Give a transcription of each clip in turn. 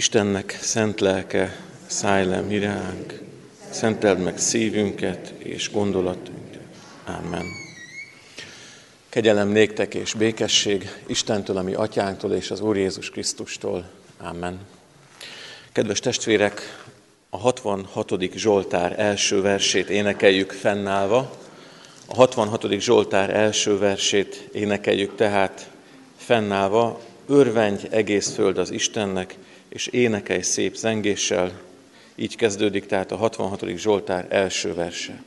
Istennek szent lelke, szállj le mi ránk, szenteld meg szívünket és gondolatunkat. Amen. Kegyelem néktek és békesség Istentől, a mi atyánktól és az Úr Jézus Krisztustól. Amen. Kedves testvérek, a 66. Zsoltár első versét énekeljük fennállva. A 66. Zsoltár első versét énekeljük tehát fennállva. Örvendj egész föld az Istennek, és énekelj szép zengéssel. Így kezdődik tehát a 66. Zsoltár első verse.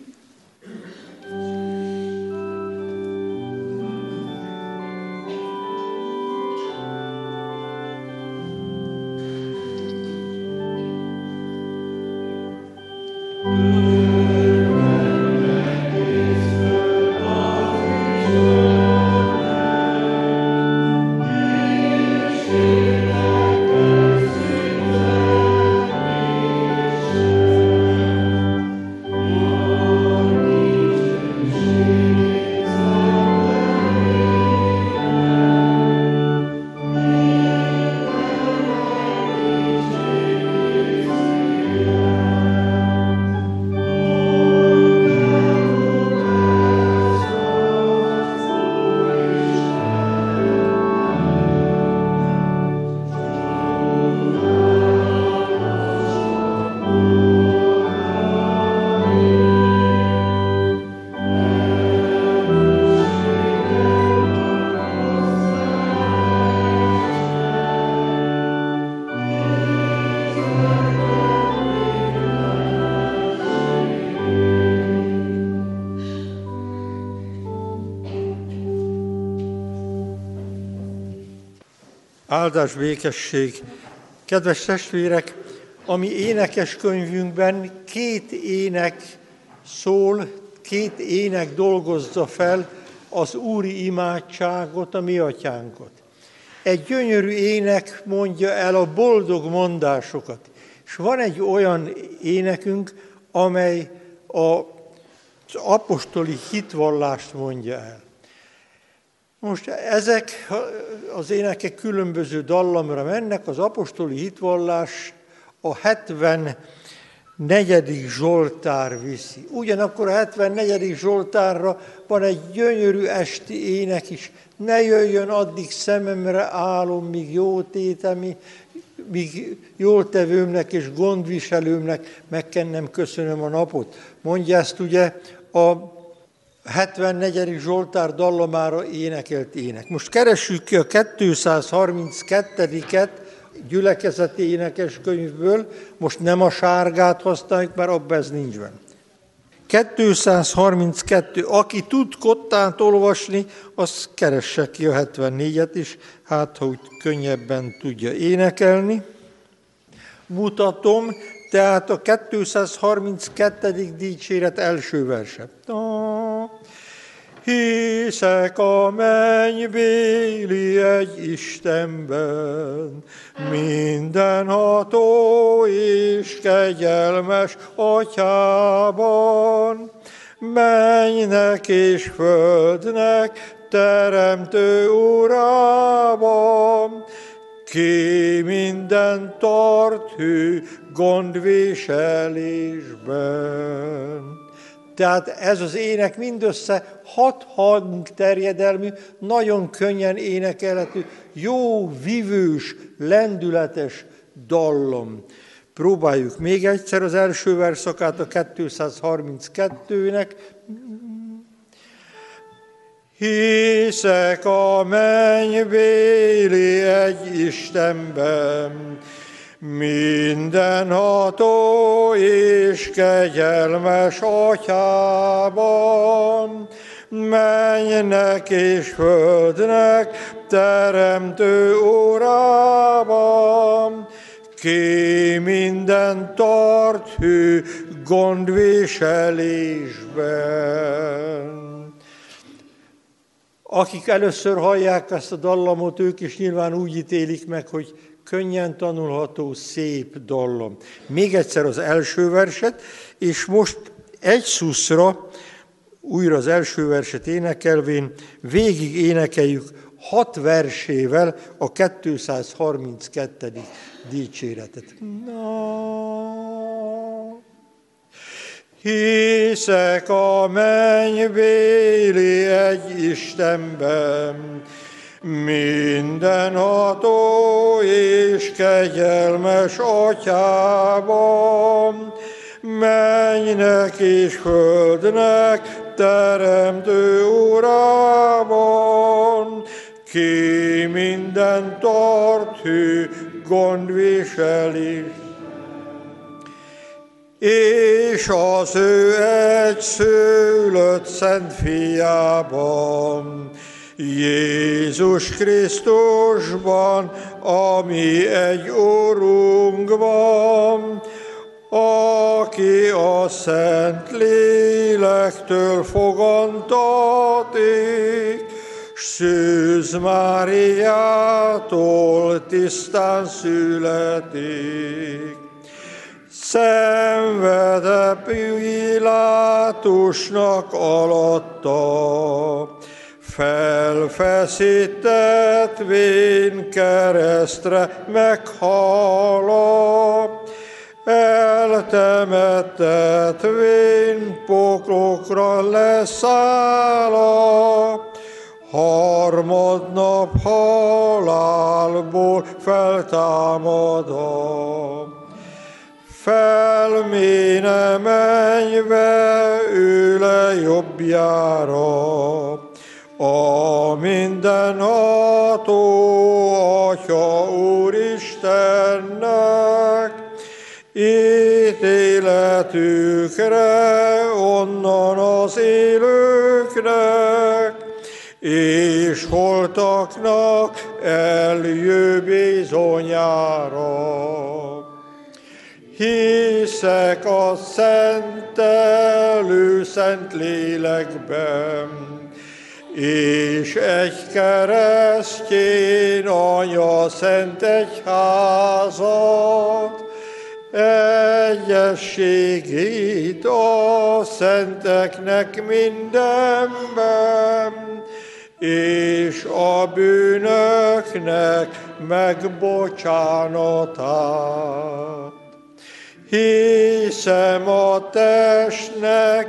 Áldás, békesség! Kedves testvérek, a mi énekeskönyvünkben 2 ének szól, 2 ének dolgozza fel az úri imádságot, a mi atyánkot. Egy gyönyörű ének mondja el a boldog mondásokat. És van egy olyan énekünk, amely az apostoli hitvallást mondja el. Most ezek az énekek különböző dallamra mennek, az apostoli hitvallás a 74. Zsoltár viszi. Ugyanakkor a 74. Zsoltárra van egy gyönyörű esti ének is. Ne jöjjön addig szememre álom, míg jól tevőmnek és gondviselőmnek megkennem köszönöm a napot. Mondja ezt ugye a 74. Zsoltár dallamára énekelt ének. Most keressük ki a 232-et gyülekezeti énekeskönyvből, most nem a sárgát használjuk, mert abban ez nincs benne. 232. Aki tud kottát olvasni, az keresse ki a 74-et is, hát ha úgy könnyebben tudja énekelni. Mutatom, tehát a 232. dicséret első verse. Hiszek a mennybéli egy Istenben, mindenható és kegyelmes Atyában, mennynek és földnek teremtő Urában, ki minden tart hű gondviselésben. Tehát ez az ének mindössze 6 hang terjedelmű, nagyon könnyen énekelhető, jó, vívős, lendületes dallam. Próbáljuk még egyszer az első verszakát a 232-nek. Hiszek a mennybéli egy Istenben, mindenható és kegyelmes Atyában, mennynek és földnek teremtő Urában, ki minden tart hű gondviselésben. Akik először hallják ezt a dallamot, ők is nyilván úgy ítélik meg, hogy könnyen tanulható, szép dallam. Még egyszer az első verset, és most egy szuszra, újra az első verset énekelvén, végig énekeljük 6 versével a 232. dicséretet. Hiszek a mennybéli egy Istenben, mindenható és kegyelmes Atyában, mennynek és földnek teremtő Urában, ki minden tart, hű gondviselés, és az ő egyszülött Szent Fiában, Jézus Krisztusban, ami egy Urunkban, aki a Szent Lélektől fogantatik, Szűz Máriától tisztán születik. Szenvede Pilátusnak alatta, felfeszítetvén keresztre meghala, eltemettetvén poklokra leszálla, harmadnap halálból feltámada. Felméne mennybe ül jobbjára, a mindenható Atya Úristennek, ítéletükre onnan az élőknek, és holtaknak eljő bizonyára. Hiszek a szentelő Szent Lélekben, és egy keresztény Anya Szent Egyházat, egyességét a szenteknek mindenben, és a bűnöknek megbocsánatát. Hiszem a testnek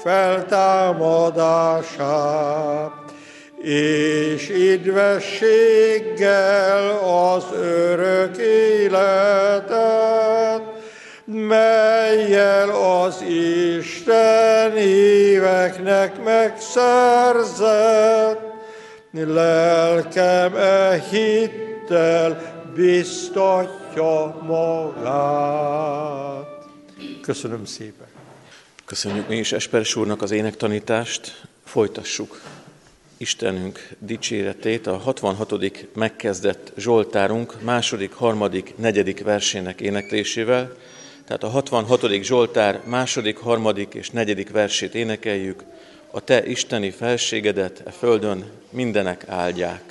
feltámadását, és idvességgel az örök életet, mellyel az Isten éveknek megszerzett, lelkem hittel biztatja magát. Köszönöm szépen. Köszönjük mi is Esperes úrnak az énektanítást. Folytassuk Istenünk dicséretét a 66. megkezdett Zsoltárunk 2., 3., 4. versének éneklésével. Tehát a 66. Zsoltár 2., 3. és 4. versét énekeljük. A te isteni felségedet e földön mindenek áldják.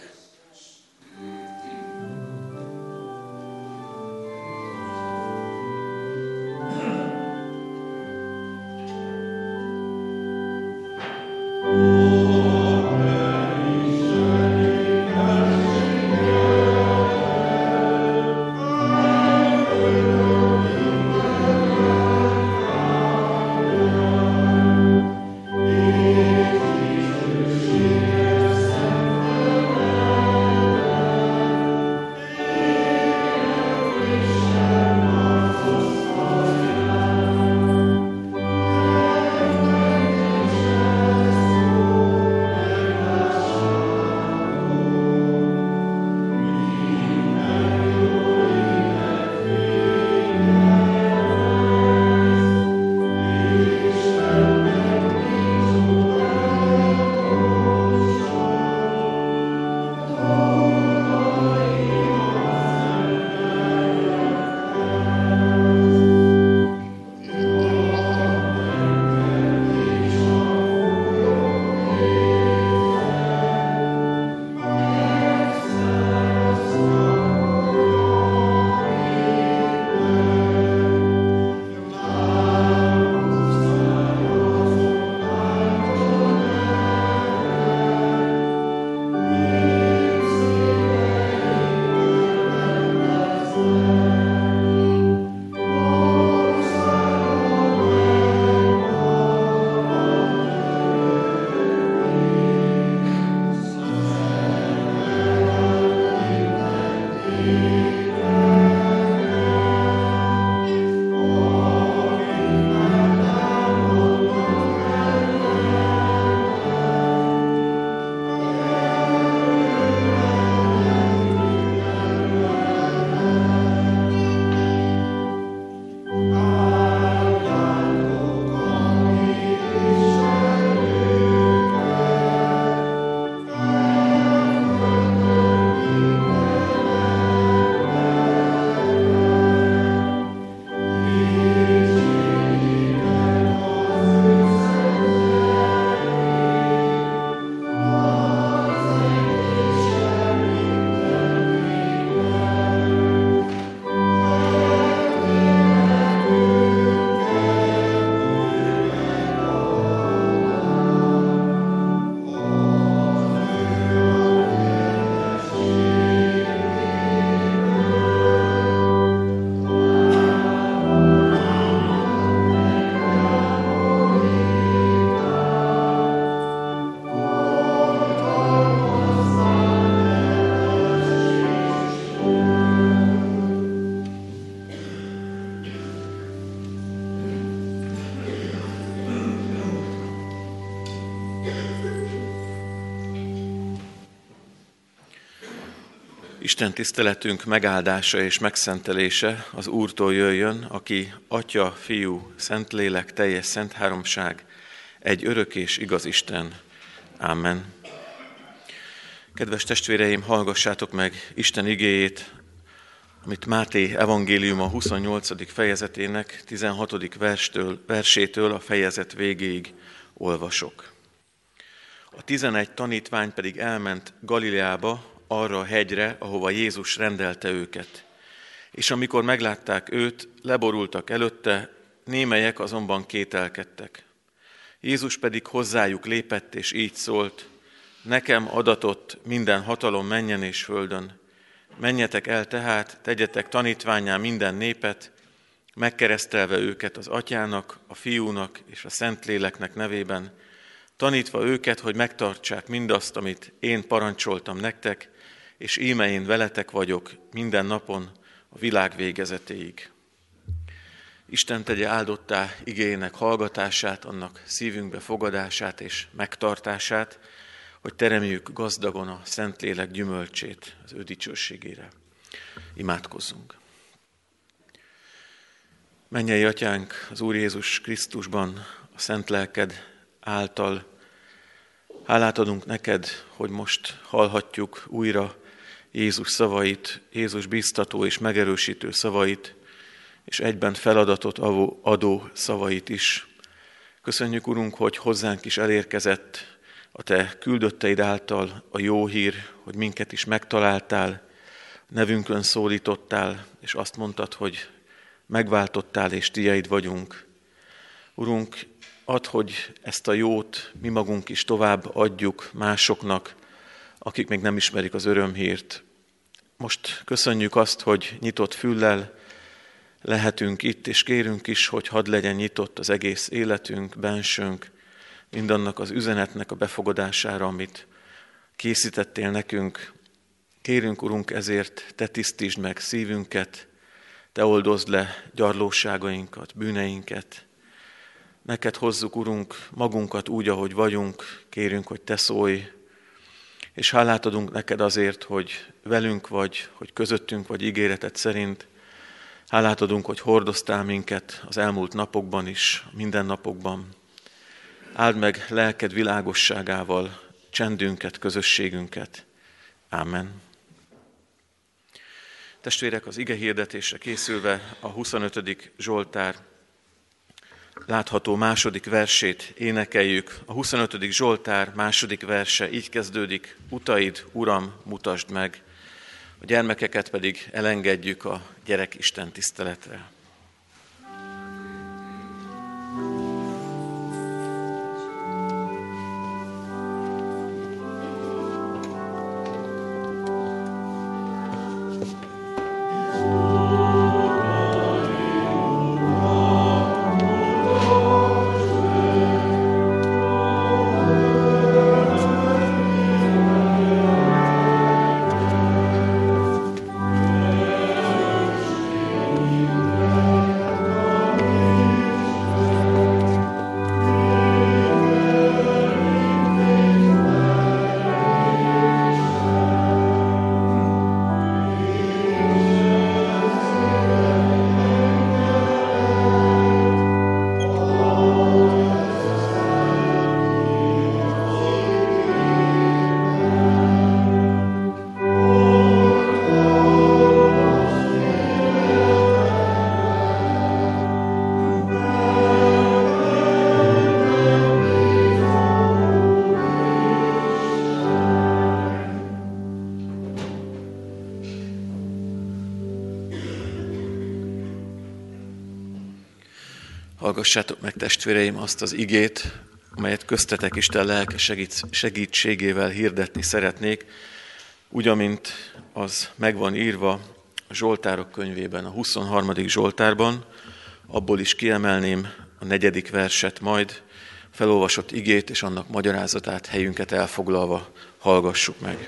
Isten tiszteletünk megáldása és megszentelése az Úrtól jöjjön, aki Atya, Fiú, Szentlélek, teljes szent háromság, egy örök és igaz Isten. Amen. Kedves testvéreim, hallgassátok meg Isten igéjét, amit Máté evangéliuma 28. fejezetének 16. versétől a fejezet végéig olvasok. A 11 tanítvány pedig elment Galileába, arra a hegyre, ahova Jézus rendelte őket. És amikor meglátták őt, leborultak előtte, némelyek azonban kételkedtek. Jézus pedig hozzájuk lépett, és így szólt: nekem adatott minden hatalom mennyen és földön. Menjetek el tehát, tegyetek tanítvánnyá minden népet, megkeresztelve őket az Atyának, a Fiúnak és a Szentléleknek nevében, tanítva őket, hogy megtartsák mindazt, amit én parancsoltam nektek, és íme én veletek vagyok minden napon a világ végezetéig. Isten tegye áldottá igéjének hallgatását, annak szívünkbe fogadását és megtartását, hogy teremjük gazdagon a Szentlélek gyümölcsét az ő dicsőségére. Imádkozzunk. Mennyei Atyánk, az Úr Jézus Krisztusban, a Szent Lelked által hálát adunk neked, hogy most hallhatjuk újra Jézus szavait, Jézus biztató és megerősítő szavait, és egyben feladatot adó szavait is. Köszönjük, Urunk, hogy hozzánk is elérkezett a Te küldötteid által a jó hír, hogy minket is megtaláltál, nevünkön szólítottál, és azt mondtad, hogy megváltottál, és tieid vagyunk. Urunk, add, hogy ezt a jót mi magunk is tovább adjuk másoknak, akik még nem ismerik az örömhírt. Most köszönjük azt, hogy nyitott füllel lehetünk itt, és kérünk is, hogy hadd legyen nyitott az egész életünk, bensőnk, mindannak az üzenetnek a befogadására, amit készítettél nekünk. Kérünk, Urunk, ezért Te tisztítsd meg szívünket, Te oldozd le gyarlóságainkat, bűneinket. Neked hozzuk, Urunk, magunkat úgy, ahogy vagyunk, kérünk, hogy Te szólj, és hálát adunk neked azért, hogy velünk vagy, hogy közöttünk vagy ígéreted szerint. Hálát adunk, hogy hordoztál minket az elmúlt napokban is, minden napokban. Áld meg lelked világosságával csendünket, közösségünket. Ámen. Testvérek, az ige hirdetésre készülve a 25. Zsoltár látható második versét énekeljük. A 25. Zsoltár második verse így kezdődik: Utaid, Uram, mutasd meg. A gyermekeket pedig elengedjük a gyerekisten tiszteletre. Hallgassátok meg, testvéreim, azt az igét, amelyet köztetek Isten lelke segítségével hirdetni szeretnék, úgy, amint az megvan írva a Zsoltárok könyvében, a 23. Zsoltárban, abból is kiemelném a 4. verset majd, felolvasott igét és annak magyarázatát helyünket elfoglalva hallgassuk meg.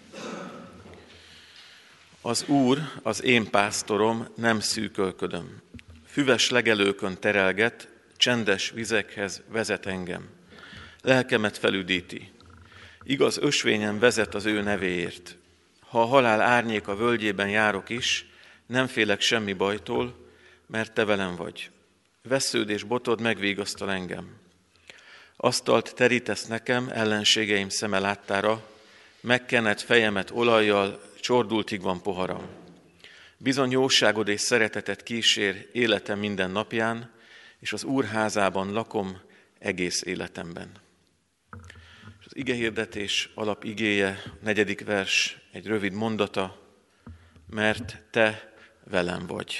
Az Úr, az én pásztorom, nem szűkölködöm. Füves legelőkön terelget, csendes vizekhez vezet engem. Lelkemet felüdíti. Igaz ösvényen vezet az ő nevéért. ha a halál árnyéka völgyében járok is, nem félek semmi bajtól, mert te velem vagy. Vessződ és botod megvigasztal engem. Asztalt terítesz nekem ellenségeim szeme láttára, megkened fejemet olajjal, csordultig van poharam. Bizony jóságod és szeretetet kísér életem minden napján, és az Úr házában lakom egész életemben. És az igehirdetés alapigéje, 4. vers, egy rövid mondata, mert te velem vagy.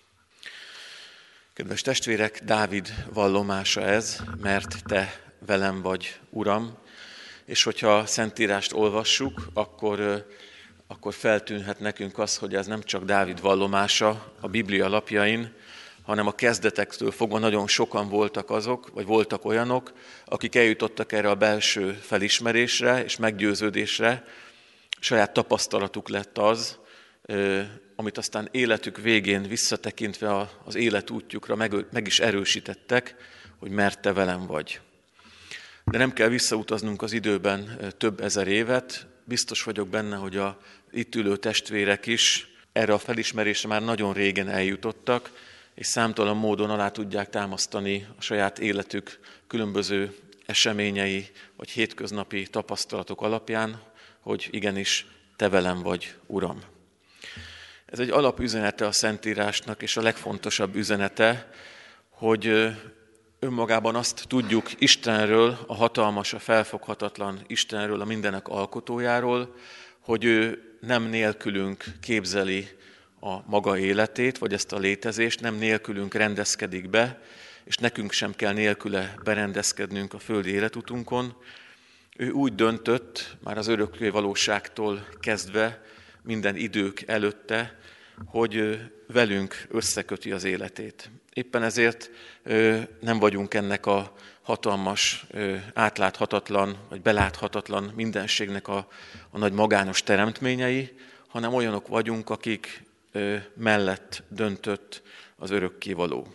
Kedves testvérek, Dávid vallomása ez, mert te velem vagy, Uram, és hogyha a Szentírást olvassuk, akkor feltűnhet nekünk az, hogy ez nem csak Dávid vallomása a Biblia lapjain, hanem a kezdetektől fogva nagyon sokan voltak azok, vagy voltak olyanok, akik eljutottak erre a belső felismerésre és meggyőződésre. Saját tapasztalatuk lett az, amit aztán életük végén visszatekintve az élet útjukra meg is erősítettek, hogy mert te velem vagy. De nem kell visszautaznunk az időben több ezer évet, biztos vagyok benne, hogy az itt ülő testvérek is erre a felismerésre már nagyon régen eljutottak, és számtalan módon alá tudják támasztani a saját életük különböző eseményei, vagy hétköznapi tapasztalatok alapján, hogy igenis te velem vagy, Uram. Ez egy alapüzenete a Szentírásnak, és a legfontosabb üzenete, hogy önmagában azt tudjuk Istenről, a hatalmas, a felfoghatatlan Istenről, a mindenek alkotójáról, hogy ő nem nélkülünk képzeli a maga életét, vagy ezt a létezést, nem nélkülünk rendezkedik be, és nekünk sem kell nélküle berendezkednünk a földi életutunkon. Ő úgy döntött, már az örökké valóságtól kezdve, minden idők előtte, hogy velünk összeköti az életét. Éppen ezért nem vagyunk ennek a hatalmas, átláthatatlan, vagy beláthatatlan mindenségnek a nagy magányos teremtményei, hanem olyanok vagyunk, akik mellett döntött az örökkévaló.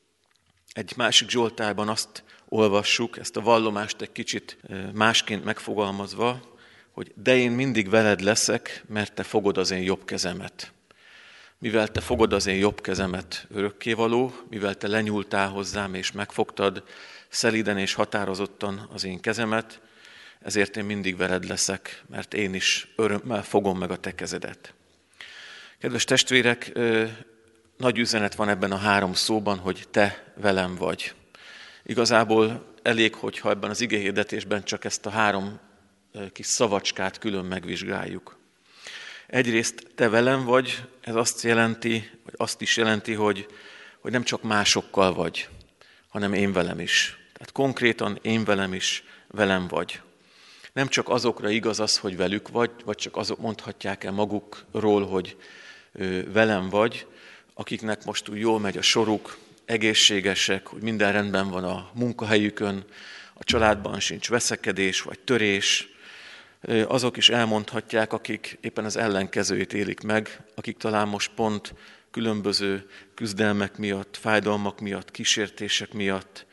Egy másik Zsoltárban azt olvassuk, ezt a vallomást egy kicsit másként megfogalmazva, hogy de én mindig veled leszek, mert te fogod az én jobb kezemet. Mivel te fogod az én jobb kezemet, örökkévaló, mivel te lenyúltál hozzám és megfogtad szelíden és határozottan az én kezemet, ezért én mindig veled leszek, mert én is örömmel fogom meg a te kezedet. Kedves testvérek, nagy üzenet van ebben a 3 szóban, hogy te velem vagy. Igazából elég, hogyha ebben az igehirdetésben csak ezt a 3 kis szavacskát külön megvizsgáljuk. Egyrészt te velem vagy, ez azt jelenti, vagy azt is jelenti, hogy nem csak másokkal vagy, hanem én velem is. Tehát konkrétan én velem is, velem vagy. Nem csak azokra igaz az, hogy velük vagy csak azok mondhatják el magukról, hogy velem vagy, akiknek most úgy jól megy a soruk, egészségesek, hogy minden rendben van a munkahelyükön, a családban sincs veszekedés vagy törés. Azok is elmondhatják, akik éppen az ellenkezőjét élik meg, akik talán most pont különböző küzdelmek miatt, fájdalmak miatt, kísértések miatt,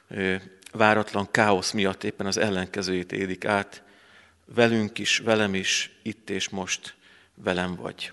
váratlan káosz miatt éppen az ellenkezőjét élik át. Velünk is, velem is, itt és most velem vagy.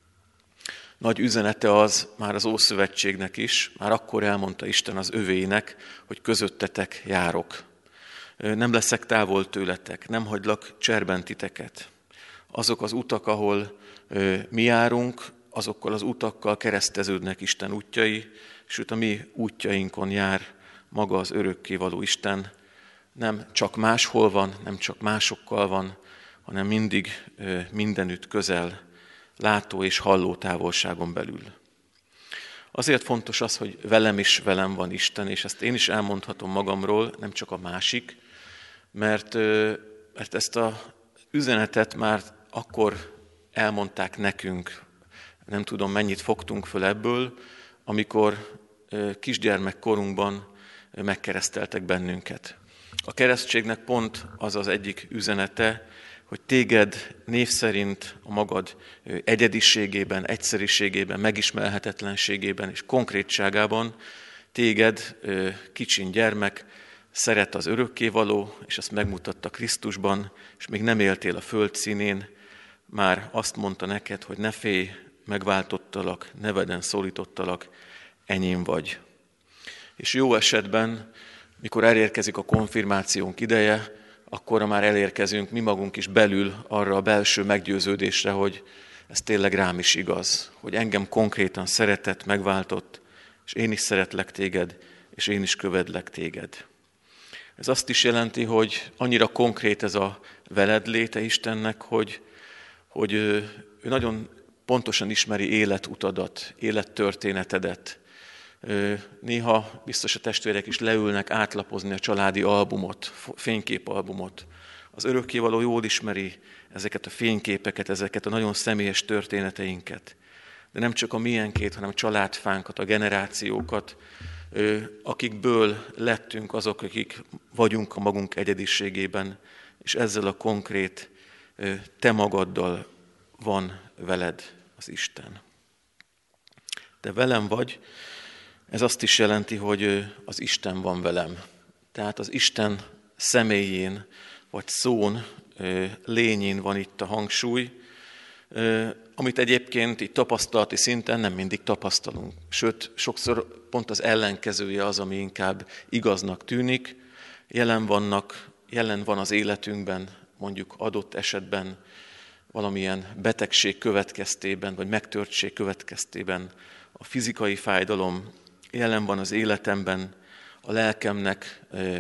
Nagy üzenete az már az Ószövetségnek is, már akkor elmondta Isten az övéinek, hogy közöttetek járok. Nem leszek távol tőletek, nem hagylak cserben titeket. Azok az utak, ahol mi járunk, azokkal az utakkal kereszteződnek Isten útjai, sőt a mi útjainkon jár maga az örökkévaló Isten. Nem csak máshol van, nem csak másokkal van, hanem mindig mindenütt közel, látó és halló távolságon belül. Azért fontos az, hogy velem is velem van Isten, és ezt én is elmondhatom magamról, nem csak a másik, mert ezt az üzenetet már akkor elmondták nekünk, nem tudom mennyit fogtunk föl ebből, amikor kisgyermekkorunkban megkereszteltek bennünket. A keresztségnek pont az az egyik üzenete, hogy téged név szerint a magad egyediségében, egyszeriségében, megismerhetetlenségében és konkrétságában téged, kicsin gyermek, szeret az örökkévaló, és ezt megmutatta Krisztusban, és még nem éltél a föld színén, már azt mondta neked, hogy ne félj, megváltottalak, neveden szólítottalak, enyém vagy. És jó esetben, mikor elérkezik a konfirmációnk ideje, akkor már elérkezünk mi magunk is belül arra a belső meggyőződésre, hogy ez tényleg rám is igaz, hogy engem konkrétan szeretett, megváltott, és én is szeretlek téged, és én is követlek téged. Ez azt is jelenti, hogy annyira konkrét ez a veled léte Istennek, hogy ő nagyon pontosan ismeri életutadat, élettörténetedet. Néha biztos a testvérek is leülnek átlapozni a családi albumot, fényképalbumot. Az örökkévaló jól ismeri ezeket a fényképeket, ezeket a nagyon személyes történeteinket. De nem csak a miénkét, hanem a családfánkat, a generációkat, akikből lettünk azok, akik vagyunk a magunk egyediségében, és ezzel a konkrét te magaddal van veled az Isten. De velem vagy, ez azt is jelenti, hogy az Isten van velem. Tehát az Isten személyén, vagy szón, lényén van itt a hangsúly, amit egyébként itt tapasztalati szinten nem mindig tapasztalunk. Sőt, sokszor pont az ellenkezője az, ami inkább igaznak tűnik. Jelen van az életünkben, mondjuk adott esetben valamilyen betegség következtében, vagy megtörtség következtében a fizikai fájdalom, jelen van az életemben a lelkemnek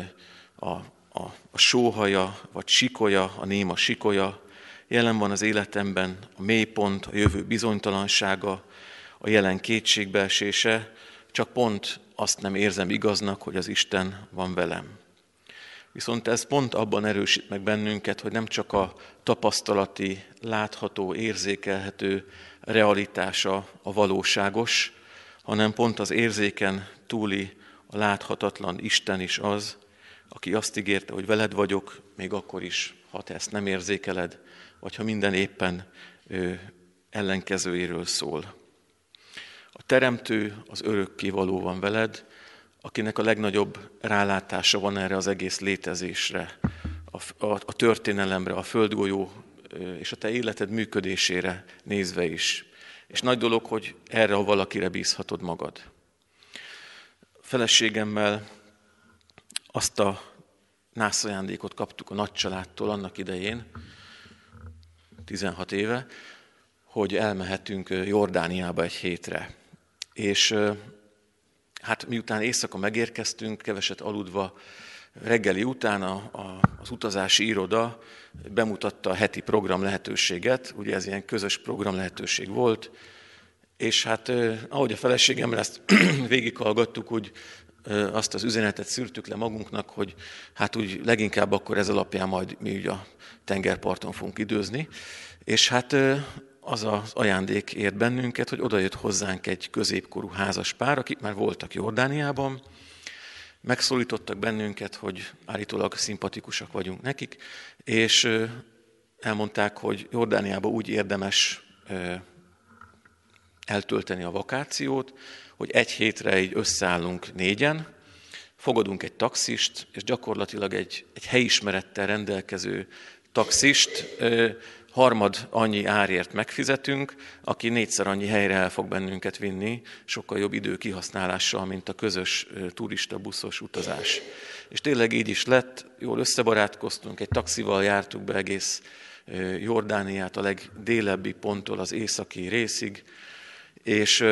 a sóhaja, vagy sikolya, a néma sikolya, jelen van az életemben a mélypont, a jövő bizonytalansága, a jelen kétségbeesése, csak pont azt nem érzem igaznak, hogy az Isten van velem. Viszont ez pont abban erősít meg bennünket, hogy nem csak a tapasztalati, látható, érzékelhető realitása a valóságos, hanem pont az érzéken túli, a láthatatlan Isten is az, aki azt ígérte, hogy veled vagyok, még akkor is, ha te ezt nem érzékeled, vagy ha minden éppen ellenkezőjéről szól. A Teremtő, az Örökkévaló van veled, akinek a legnagyobb rálátása van erre az egész létezésre, a történelemre, a földgolyó és a te életed működésére nézve is. És nagy dolog, hogy erre a valakire bízhatod magad. Feleségemmel azt a nászajándékot kaptuk a nagycsaládtól annak idején, 16 éve, hogy elmehetünk Jordániába egy hétre. És hát miután éjszaka megérkeztünk, keveset aludva, reggeli után az utazási iroda bemutatta a heti program lehetőséget, ugye ez ilyen közös program lehetőség volt, és hát ahogy a feleségemmel ezt végighallgattuk, úgy azt az üzenetet szűrtük le magunknak, hogy hát úgy leginkább akkor ez alapján majd mi ugye a tengerparton fogunk időzni, és hát az az ajándék ért bennünket, hogy odajött hozzánk egy középkorú házas pár, akik már voltak Jordániában, megszólítottak bennünket, hogy állítólag szimpatikusak vagyunk nekik, és elmondták, hogy Jordániában úgy érdemes eltölteni a vakációt, hogy egy hétre így összeállunk négyen, fogadunk egy taxist, és gyakorlatilag egy helyismerettel rendelkező taxist harmad annyi árért megfizetünk, aki 4-szer annyi helyre el fog bennünket vinni, sokkal jobb idő kihasználással, mint a közös turista buszos utazás. És tényleg így is lett, jól összebarátkoztunk, egy taxival jártuk be egész Jordániát, a legdélebbi ponttól az északi részig, és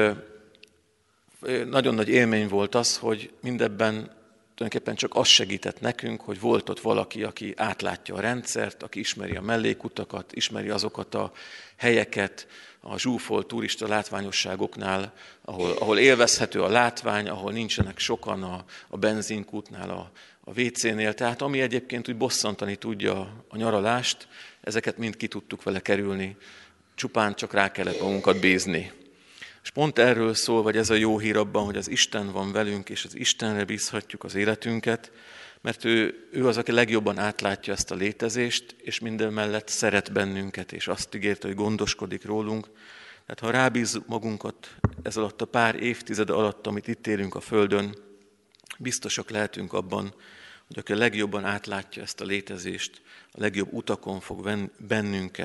nagyon nagy élmény volt az, hogy mindebben tulajdonképpen csak az segített nekünk, hogy volt ott valaki, aki átlátja a rendszert, aki ismeri a mellékutakat, ismeri azokat a helyeket a zsúfolt turista látványosságoknál, ahol élvezhető a látvány, ahol nincsenek sokan a benzinkútnál, a WC-nél. Tehát ami egyébként úgy bosszantani tudja a nyaralást, ezeket mind ki tudtuk vele kerülni, csupán csak rá kellett magunkat bízni. És pont erről szól, vagy ez a jó hír abban, hogy az Isten van velünk, és az Istenre bízhatjuk az életünket, mert ő az, aki legjobban átlátja ezt a létezést, és minden mellett szeret bennünket, és azt ígérte, hogy gondoskodik rólunk. Tehát ha rábízzuk magunkat ez alatt a pár évtized alatt, amit itt élünk a Földön, biztosak lehetünk abban, hogy aki a legjobban átlátja ezt a létezést, a legjobb utakon fog bennünket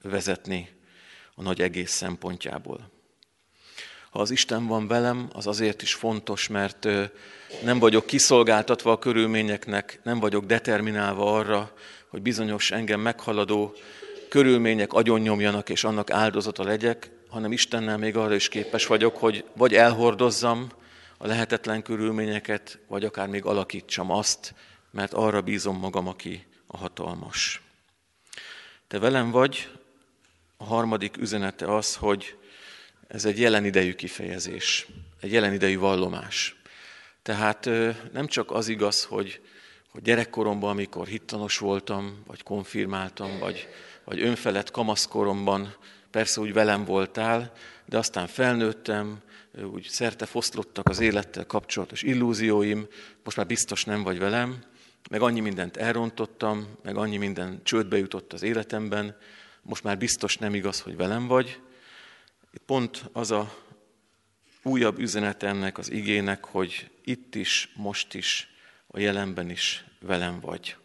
vezetni a nagy egész szempontjából. Ha az Isten van velem, az azért is fontos, mert nem vagyok kiszolgáltatva a körülményeknek, nem vagyok determinálva arra, hogy bizonyos engem meghaladó körülmények agyonnyomjanak, és annak áldozata legyek, hanem Istennel még arra is képes vagyok, hogy vagy elhordozzam a lehetetlen körülményeket, vagy akár még alakítsam azt, mert arra bízom magam, aki a hatalmas. Te velem vagy, a harmadik üzenete az, hogy ez egy jelen idejű kifejezés, egy jelen idejű vallomás. Tehát nem csak az igaz, hogy gyerekkoromban, amikor hittanos voltam, vagy konfirmáltam, vagy önfelett kamaszkoromban persze úgy velem voltál, de aztán felnőttem, úgy szerte foszlottak az élettel kapcsolatos illúzióim, most már biztos nem vagy velem, meg annyi mindent elrontottam, meg annyi minden csődbe jutott az életemben, most már biztos nem igaz, hogy velem vagy. Itt pont az a újabb üzenet ennek az igének, hogy itt is, most is, a jelenben is velem vagy.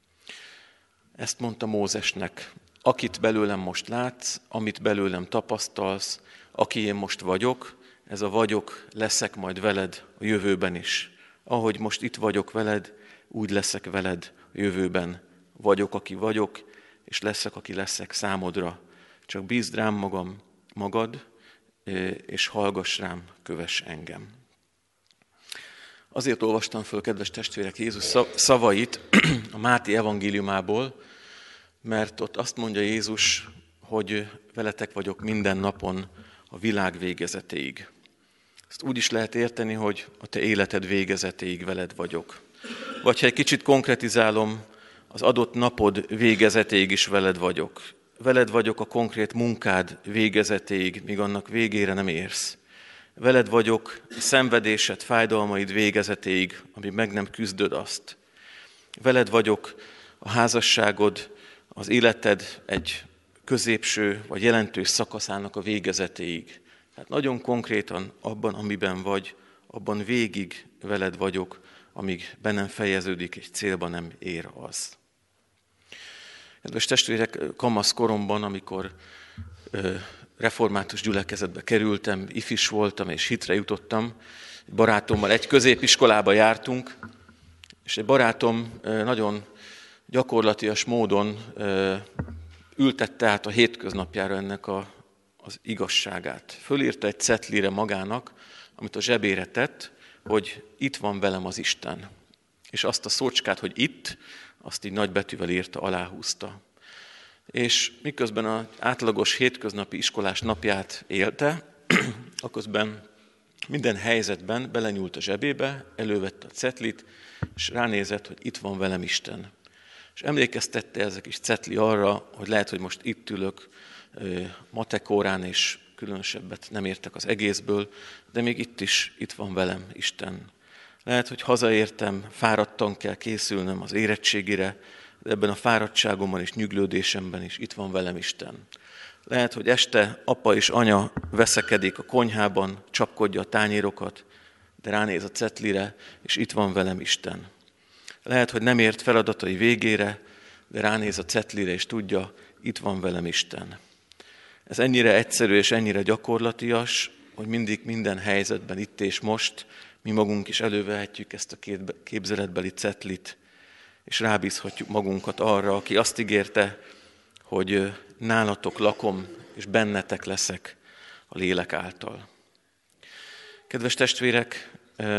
Ezt mondta Mózesnek, akit belőlem most látsz, amit belőlem tapasztalsz, aki én most vagyok, ez a vagyok, leszek majd veled a jövőben is. Ahogy most itt vagyok veled, úgy leszek veled a jövőben. Vagyok, aki vagyok, és leszek, aki leszek számodra. Csak bízd rám magad, és hallgass rám, kövess engem. Azért olvastam föl, kedves testvérek, Jézus szavait a Máté evangéliumából, mert ott azt mondja Jézus, hogy veletek vagyok minden napon a világ végezetéig. Ezt úgy is lehet érteni, hogy a te életed végezetéig veled vagyok. Vagy ha egy kicsit konkretizálom, az adott napod végezetéig is veled vagyok. Veled vagyok a konkrét munkád végezetéig, míg annak végére nem érsz. Veled vagyok a szenvedésed, fájdalmaid végezetéig, amíg meg nem küzdöd azt. Veled vagyok a házasságod, az életed egy középső vagy jelentős szakaszának a végezetéig. Tehát nagyon konkrétan abban, amiben vagy, abban végig veled vagyok, amíg be nem fejeződik, és célba nem ér az. Kedves testvérek, kamasz koromban, amikor református gyülekezetbe kerültem, ifis voltam és hitre jutottam, egy barátommal egy középiskolába jártunk, és egy barátom nagyon gyakorlatias módon ültette át a hétköznapjára ennek az igazságát. Fölírta egy cetlire magának, amit a zsebére tett, hogy itt van velem az Isten. És azt a szócskát, hogy itt, azt így nagybetűvel írta, aláhúzta. És miközben az átlagos hétköznapi iskolás napját élte, aközben minden helyzetben belenyúlt a zsebébe, elővette a cetlit, és ránézett, hogy itt van velem Isten. És emlékeztette ez a kis cetli arra, hogy lehet, hogy most itt ülök matek órán, és különösebbet nem értek az egészből, de még itt van velem Isten. Lehet, hogy hazaértem, fáradtan kell készülnöm az érettségire, de ebben a fáradtságomban és nyüglődésemben is itt van velem Isten. Lehet, hogy este apa és anya veszekedik a konyhában, csapkodja a tányérokat, de ránéz a cetlire, és itt van velem Isten. Lehet, hogy nem ért feladatai végére, de ránéz a cetlire, és tudja, itt van velem Isten. Ez ennyire egyszerű és ennyire gyakorlatias, hogy mindig minden helyzetben itt és most mi magunk is elővehetjük ezt a képzeletbeli cetlit, és rábízhatjuk magunkat arra, aki azt ígérte, hogy nálatok lakom, és bennetek leszek a lélek által. Kedves testvérek,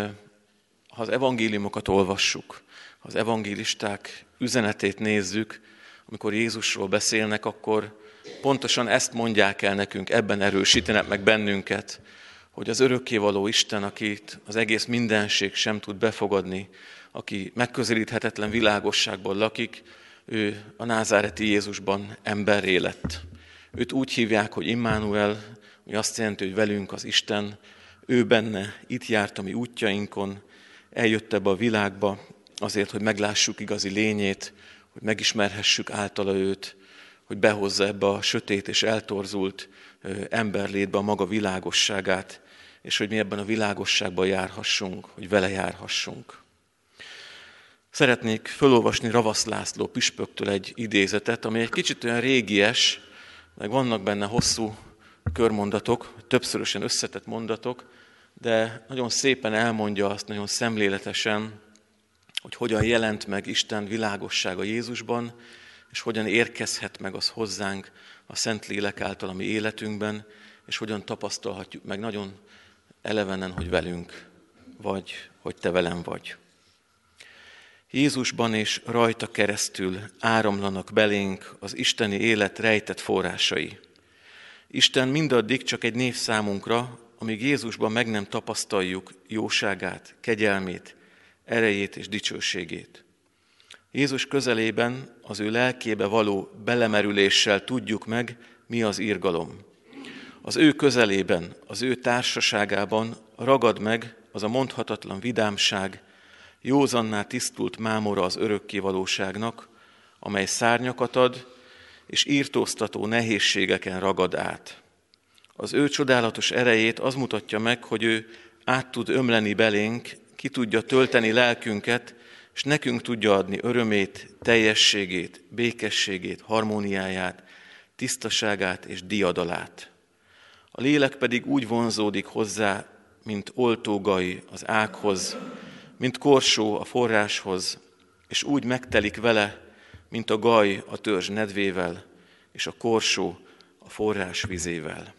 ha az evangéliumokat olvassuk, ha az evangélisták üzenetét nézzük, amikor Jézusról beszélnek, akkor pontosan ezt mondják el nekünk, ebben erősítenek meg bennünket, hogy az örökkévaló Isten, akit az egész mindenség sem tud befogadni, aki megközelíthetetlen világosságban lakik, ő a názáreti Jézusban emberré lett. Őt úgy hívják, hogy Immanuel, ami azt jelenti, hogy velünk az Isten, ő benne itt járt a mi útjainkon, eljött ebbe a világba azért, hogy meglássuk igazi lényét, hogy megismerhessük általa őt, hogy behozza ebbe a sötét és eltorzult emberlétbe a maga világosságát, és hogy mi ebben a világosságban járhassunk, hogy vele járhassunk. Szeretnék felolvasni Ravasz László püspöktől egy idézetet, ami egy kicsit olyan régies, meg vannak benne hosszú körmondatok, többszörösen összetett mondatok, de nagyon szépen elmondja azt, nagyon szemléletesen, hogy hogyan jelent meg Isten világossága Jézusban, és hogyan érkezhet meg az hozzánk a Szentlélek által a mi életünkben, és hogyan tapasztalhatjuk meg nagyon elevenen, hogy velünk vagy, hogy te velem vagy. Jézusban és rajta keresztül áramlanak belénk az isteni élet rejtett forrásai. Isten mindaddig csak egy név számunkra, amíg Jézusban meg nem tapasztaljuk jóságát, kegyelmét, erejét és dicsőségét. Jézus közelében, az ő lelkébe való belemerüléssel tudjuk meg, mi az irgalom. Az ő közelében, az ő társaságában ragad meg az a mondhatatlan vidámság, józanná tisztult mámora az örökké valóságnak, amely szárnyakat ad, és írtóztató nehézségeken ragad át. Az ő csodálatos erejét az mutatja meg, hogy ő át tud ömleni belénk, ki tudja tölteni lelkünket, és nekünk tudja adni örömét, teljességét, békességét, harmóniáját, tisztaságát és diadalát. A lélek pedig úgy vonzódik hozzá, mint oltógai az ághoz, mint korsó a forráshoz, és úgy megtelik vele, mint a gaj a törzs nedvével, és a korsó a forrás vizével.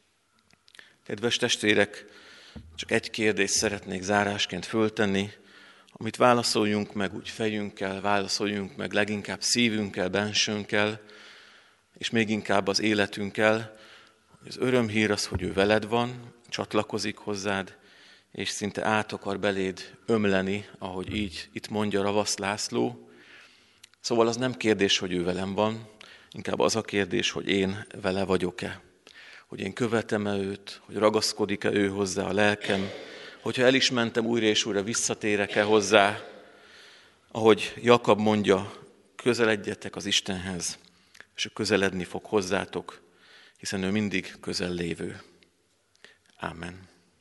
Kedves testvérek, csak egy kérdést szeretnék zárásként föltenni, amit válaszoljunk meg úgy fejünkkel, válaszoljunk meg leginkább szívünkkel, bensőnkkel, és még inkább az életünkkel. Az örömhír az, hogy ő veled van, csatlakozik hozzád, és szinte át akar beléd ömleni, ahogy így itt mondja Ravasz László. Szóval az nem kérdés, hogy ő velem van, inkább az a kérdés, hogy én vele vagyok-e. Hogy én követem-e őt, hogy ragaszkodik-e ő hozzá a lelkem, hogyha el is mentem újra és újra, visszatérek-e hozzá, ahogy Jakab mondja, közeledjetek az Istenhez, és ő közeledni fog hozzátok, hiszen ő mindig közel lévő. Ámen.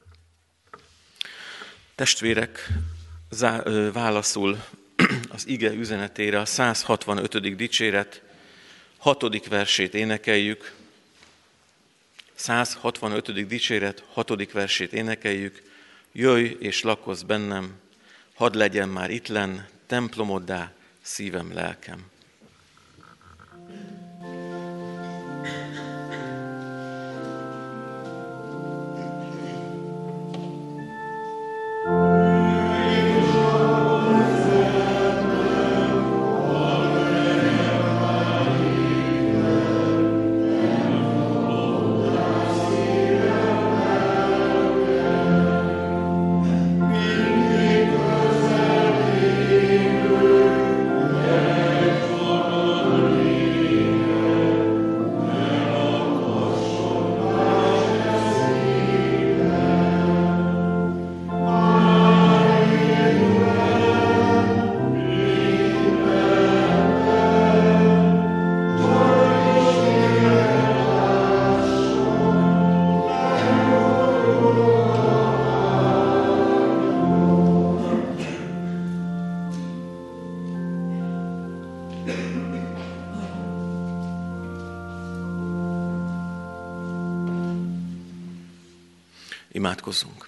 Testvérek, válaszul az ige üzenetére a 165. dicséret 6. versét énekeljük. 165. dicséret 6. versét énekeljük. Jöjj és lakozz bennem, hadd legyen már ittlen templomoddá szívem, lelkem. Imádkozzunk.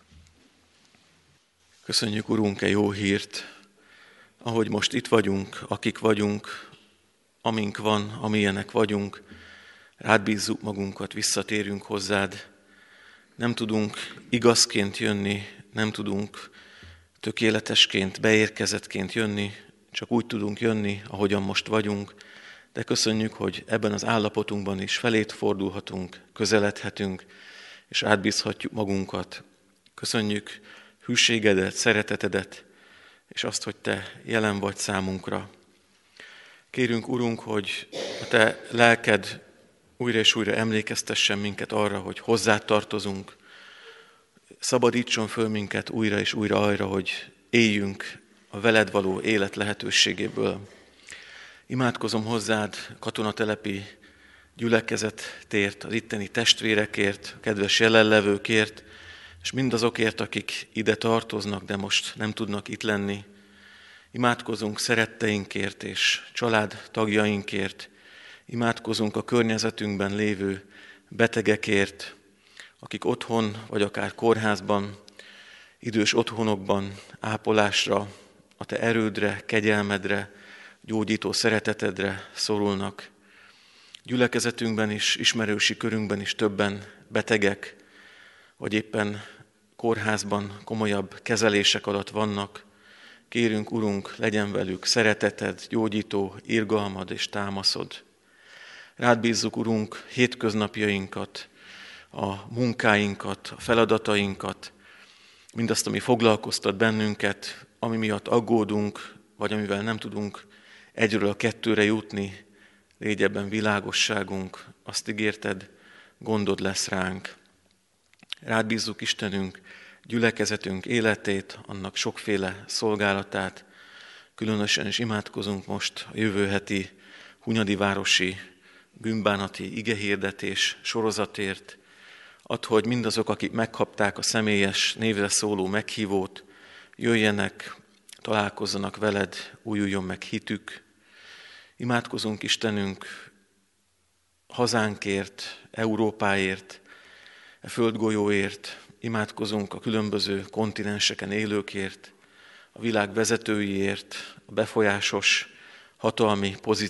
Köszönjük, Urunk, e jó hírt, ahogy most itt vagyunk, akik vagyunk, amink van, amilyenek vagyunk, rád bízzuk magunkat, visszatérünk hozzád. Nem tudunk igazként jönni, nem tudunk tökéletesként, beérkezettként jönni, csak úgy tudunk jönni, ahogyan most vagyunk, de köszönjük, hogy ebben az állapotunkban is felét fordulhatunk, közeledhetünk, és átbízhatjuk magunkat. Köszönjük hűségedet, szeretetedet, és azt, hogy te jelen vagy számunkra. Kérünk, Urunk, hogy a te lelked újra és újra emlékeztessen minket arra, hogy hozzád tartozunk, szabadítson föl minket újra és újra arra, hogy éljünk a veled való élet lehetőségéből. Imádkozom hozzád, katonatelepi gyülekezetért, az itteni testvérekért, a kedves jelenlevőkért, és mindazokért, akik ide tartoznak, de most nem tudnak itt lenni. Imádkozunk szeretteinkért és családtagjainkért. Imádkozunk a környezetünkben lévő betegekért, akik otthon vagy akár kórházban, idős otthonokban ápolásra, a te erődre, kegyelmedre, gyógyító szeretetedre szorulnak. Gyülekezetünkben is, ismerősi körünkben is többen betegek, vagy éppen kórházban komolyabb kezelések alatt vannak. Kérünk, Urunk, legyen velük szereteted, gyógyító irgalmad és támaszod. Rád bízzuk, Urunk, hétköznapjainkat, a munkáinkat, a feladatainkat, mindazt, ami foglalkoztat bennünket, ami miatt aggódunk, vagy amivel nem tudunk egyről a kettőre jutni, légy ebben világosságunk, azt ígérted, gondod lesz ránk. Rád bízzuk, Istenünk, gyülekezetünk életét, annak sokféle szolgálatát, különösen is imádkozunk most a jövő heti hunyadivárosi bűnbánati igehirdetés sorozatért. Add, hogy mindazok, akik megkapták a személyes névre szóló meghívót, jöjjenek, találkozzanak veled, újuljon meg hitük. Imádkozunk, Istenünk, hazánkért, Európáért, a földgolyóért, imádkozunk a különböző kontinenseken élőkért, a világ vezetőiért, a befolyásos hatalmi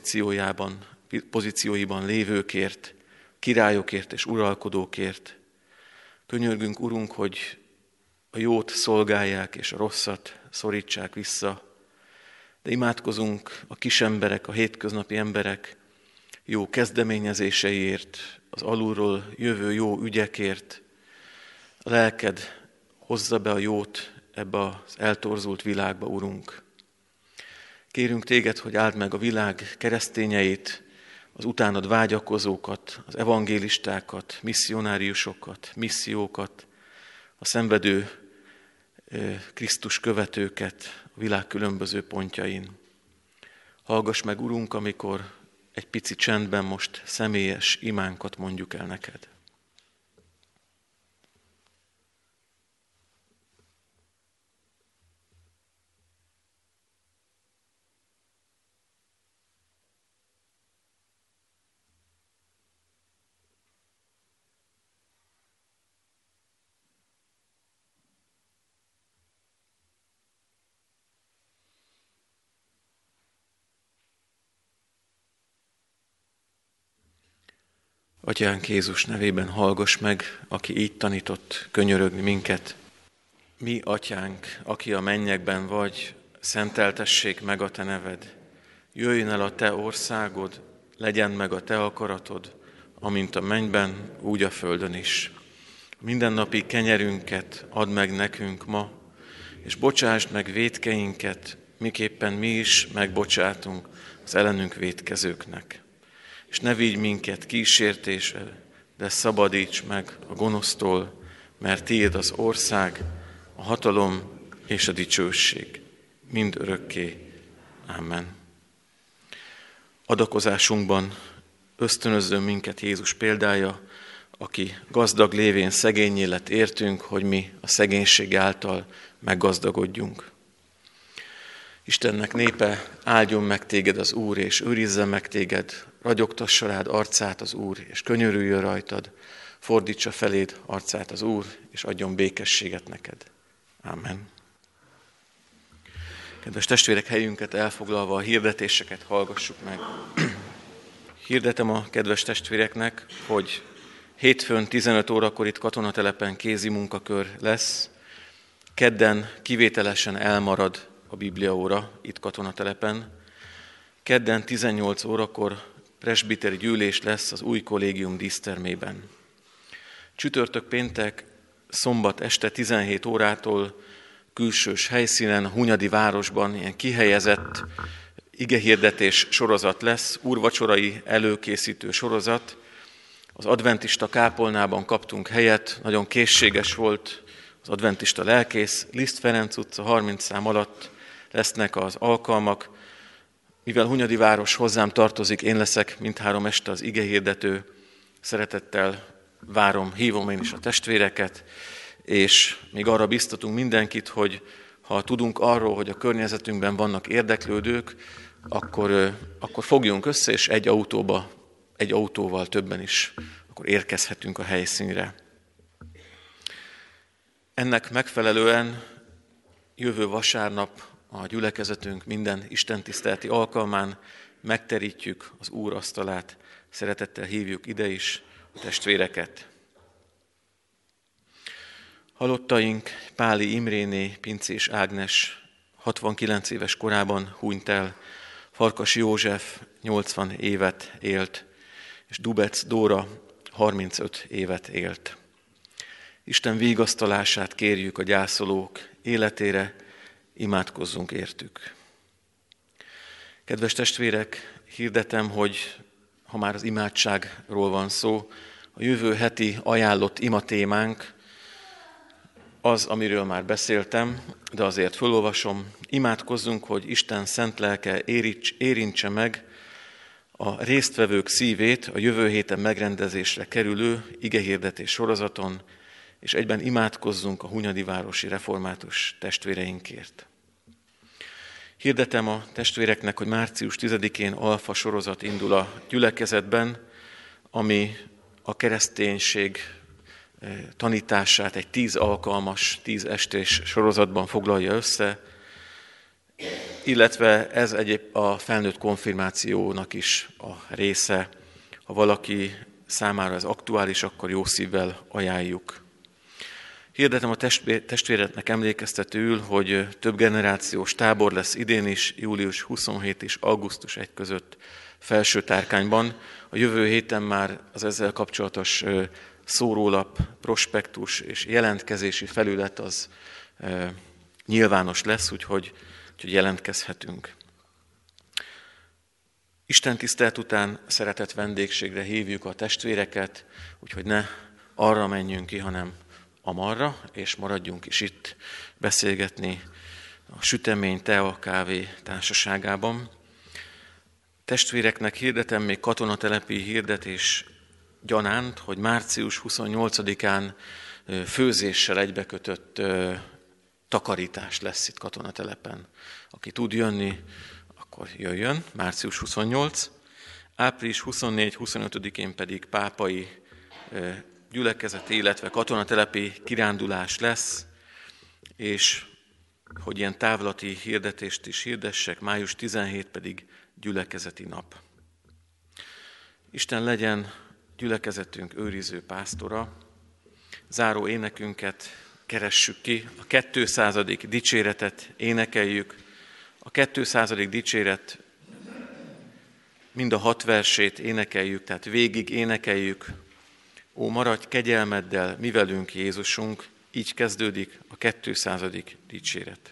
pozícióiban lévőkért, királyokért és uralkodókért. Könyörgünk, Urunk, hogy a jót szolgálják és a rosszat szorítsák vissza, de imádkozunk a kis emberek, a hétköznapi emberek jó kezdeményezéseiért, az alulról jövő jó ügyekért. A lelked hozza be a jót ebbe az eltorzult világba, Urunk. Kérünk téged, hogy áld meg a világ keresztényeit, az utánad vágyakozókat, az evangélistákat, misszionáriusokat, missziókat, a szenvedő Krisztus követőket a világ különböző pontjain. Hallgass meg, Urunk, amikor egy pici csendben most személyes imánkat mondjuk el neked. Atyánk, Jézus nevében hallgass meg, aki így tanított könyörögni minket. Mi, Atyánk, aki a mennyekben vagy, szenteltessék meg a te neved. Jöjjön el a te országod, legyen meg a te akaratod, amint a mennyben, úgy a földön is. Mindennapi kenyerünket add meg nekünk ma, és bocsásd meg vétkeinket, miképpen mi is megbocsátunk az ellenünk vétkezőknek. És ne vigy minket kísértésre, de szabadíts meg a gonosztól, mert tiéd az ország, a hatalom és a dicsőség, mind örökké. Amen. Adakozásunkban ösztönözzön minket Jézus példája, aki gazdag lévén szegénnyé lett értünk, hogy mi a szegénység által meggazdagodjunk. Istennek népe, áldjon meg téged az Úr, és őrizzen meg téged, ragyogtassa rád arcát az Úr, és könyörüljön rajtad, fordítsa feléd arcát az Úr, és adjon békességet neked. Amen. Kedves testvérek, helyünket elfoglalva a hirdetéseket hallgassuk meg. Hirdetem a kedves testvéreknek, hogy hétfőn 15 órakor itt katonatelepen kézi munkakör lesz, kedden kivételesen elmarad a bibliaóra itt katonatelepen, kedden 18 órakor presbiteri gyűlés lesz az új kollégium dísztermében. Csütörtök, péntek, szombat este 17 órától külsős helyszínen, a Hunyadi városban ilyen kihelyezett igehirdetés sorozat lesz, úrvacsorai előkészítő sorozat. Az adventista kápolnában kaptunk helyet, nagyon készséges volt az adventista lelkész, Liszt Ferenc utca 30 szám alatt lesznek az alkalmak. Mivel Hunyadi város hozzám tartozik, én leszek mindhárom este az igehirdető, szeretettel várom, hívom én is a testvéreket, és még arra biztatunk mindenkit, hogy ha tudunk arról, hogy a környezetünkben vannak érdeklődők, akkor fogjunk össze, és egy autóba egy autóval többen is akkor érkezhetünk a helyszínre. Ennek megfelelően jövő vasárnap a gyülekezetünk minden istentiszteleti alkalmán megterítjük az Úr asztalát, szeretettel hívjuk ide is a testvéreket. Halottaink Páli Imréné, Pincés Ágnes 69 éves korában hunyt el, Farkas József 80 évet élt, és Dubec Dóra 35 évet élt. Isten vigasztalását kérjük a gyászolók életére, imádkozzunk értük. Kedves testvérek, hirdetem, hogy ha már az imádságról van szó, a jövő heti ajánlott imatémánk az, amiről már beszéltem, de azért felolvasom. Imádkozzunk, hogy Isten szent lelke érintse meg a résztvevők szívét a jövő héten megrendezésre kerülő igehirdetés sorozaton, és egyben imádkozzunk a hunyadivárosi református testvéreinkért. Hirdetem a testvéreknek, hogy március 10-én alfa sorozat indul a gyülekezetben, ami a kereszténység tanítását egy 10 alkalmas, 10 estés sorozatban foglalja össze, illetve ez a felnőtt konfirmációnak is a része. Ha valaki számára ez aktuális, akkor jó szívvel ajánljuk. Hirdetem a testvéreknek emlékeztetőül, hogy több generációs tábor lesz idén is, július 27 és augusztus 1 között Felsőtárkányban. A jövő héten már az ezzel kapcsolatos szórólap, prospektus és jelentkezési felület az nyilvános lesz, úgyhogy jelentkezhetünk. Isten tisztelet után szeretett vendégségre hívjuk a testvéreket, úgyhogy ne arra menjünk ki, hanem amarra, és maradjunk is itt beszélgetni a sütemény, tea, kávé társaságában. Testvéreknek hirdetem még katonatelepi hirdetés gyanánt, hogy március 28-án főzéssel egybekötött takarítás lesz itt katonatelepen. Aki tud jönni, akkor jöjjön, március 28. Április 24-25-én pedig pápai gyülekezeti, illetve katonatelepi kirándulás lesz, és hogy ilyen távlati hirdetést is hirdessek, május 17 pedig gyülekezeti nap. Isten legyen gyülekezetünk őriző pásztora, záró énekünket keressük ki, a 200. dicséretet énekeljük, a 200. dicséret mind a 6 versét énekeljük, tehát végig énekeljük. Ó, maradj kegyelmeddel mi velünk, Jézusunk, így kezdődik a 200. dicséret.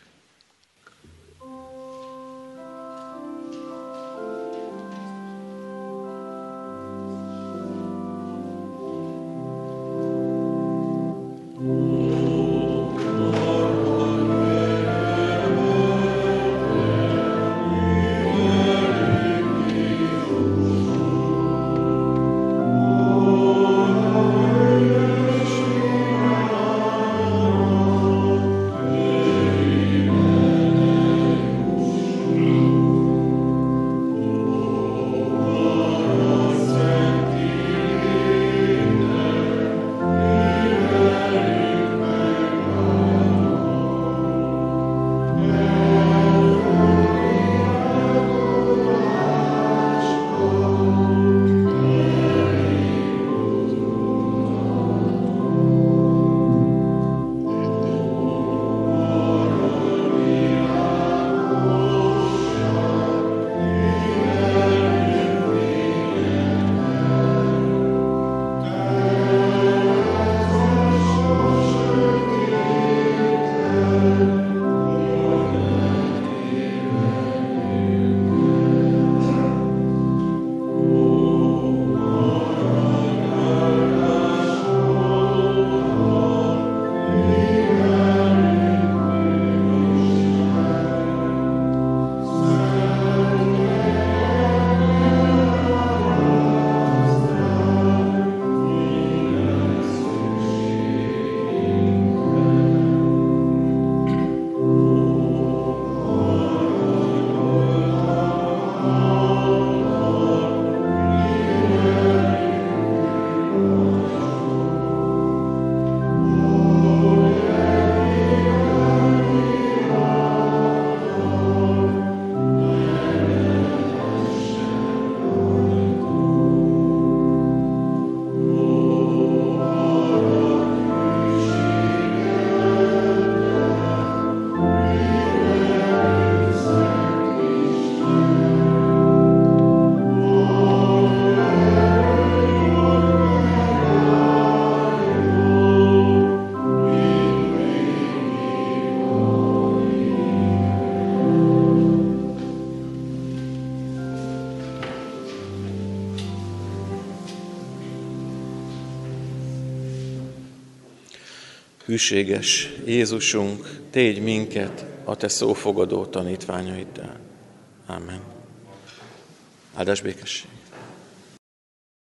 Hűséges Jézusunk, tégy minket a te szófogadó tanítványaiddal. Amen. Áldás békesség!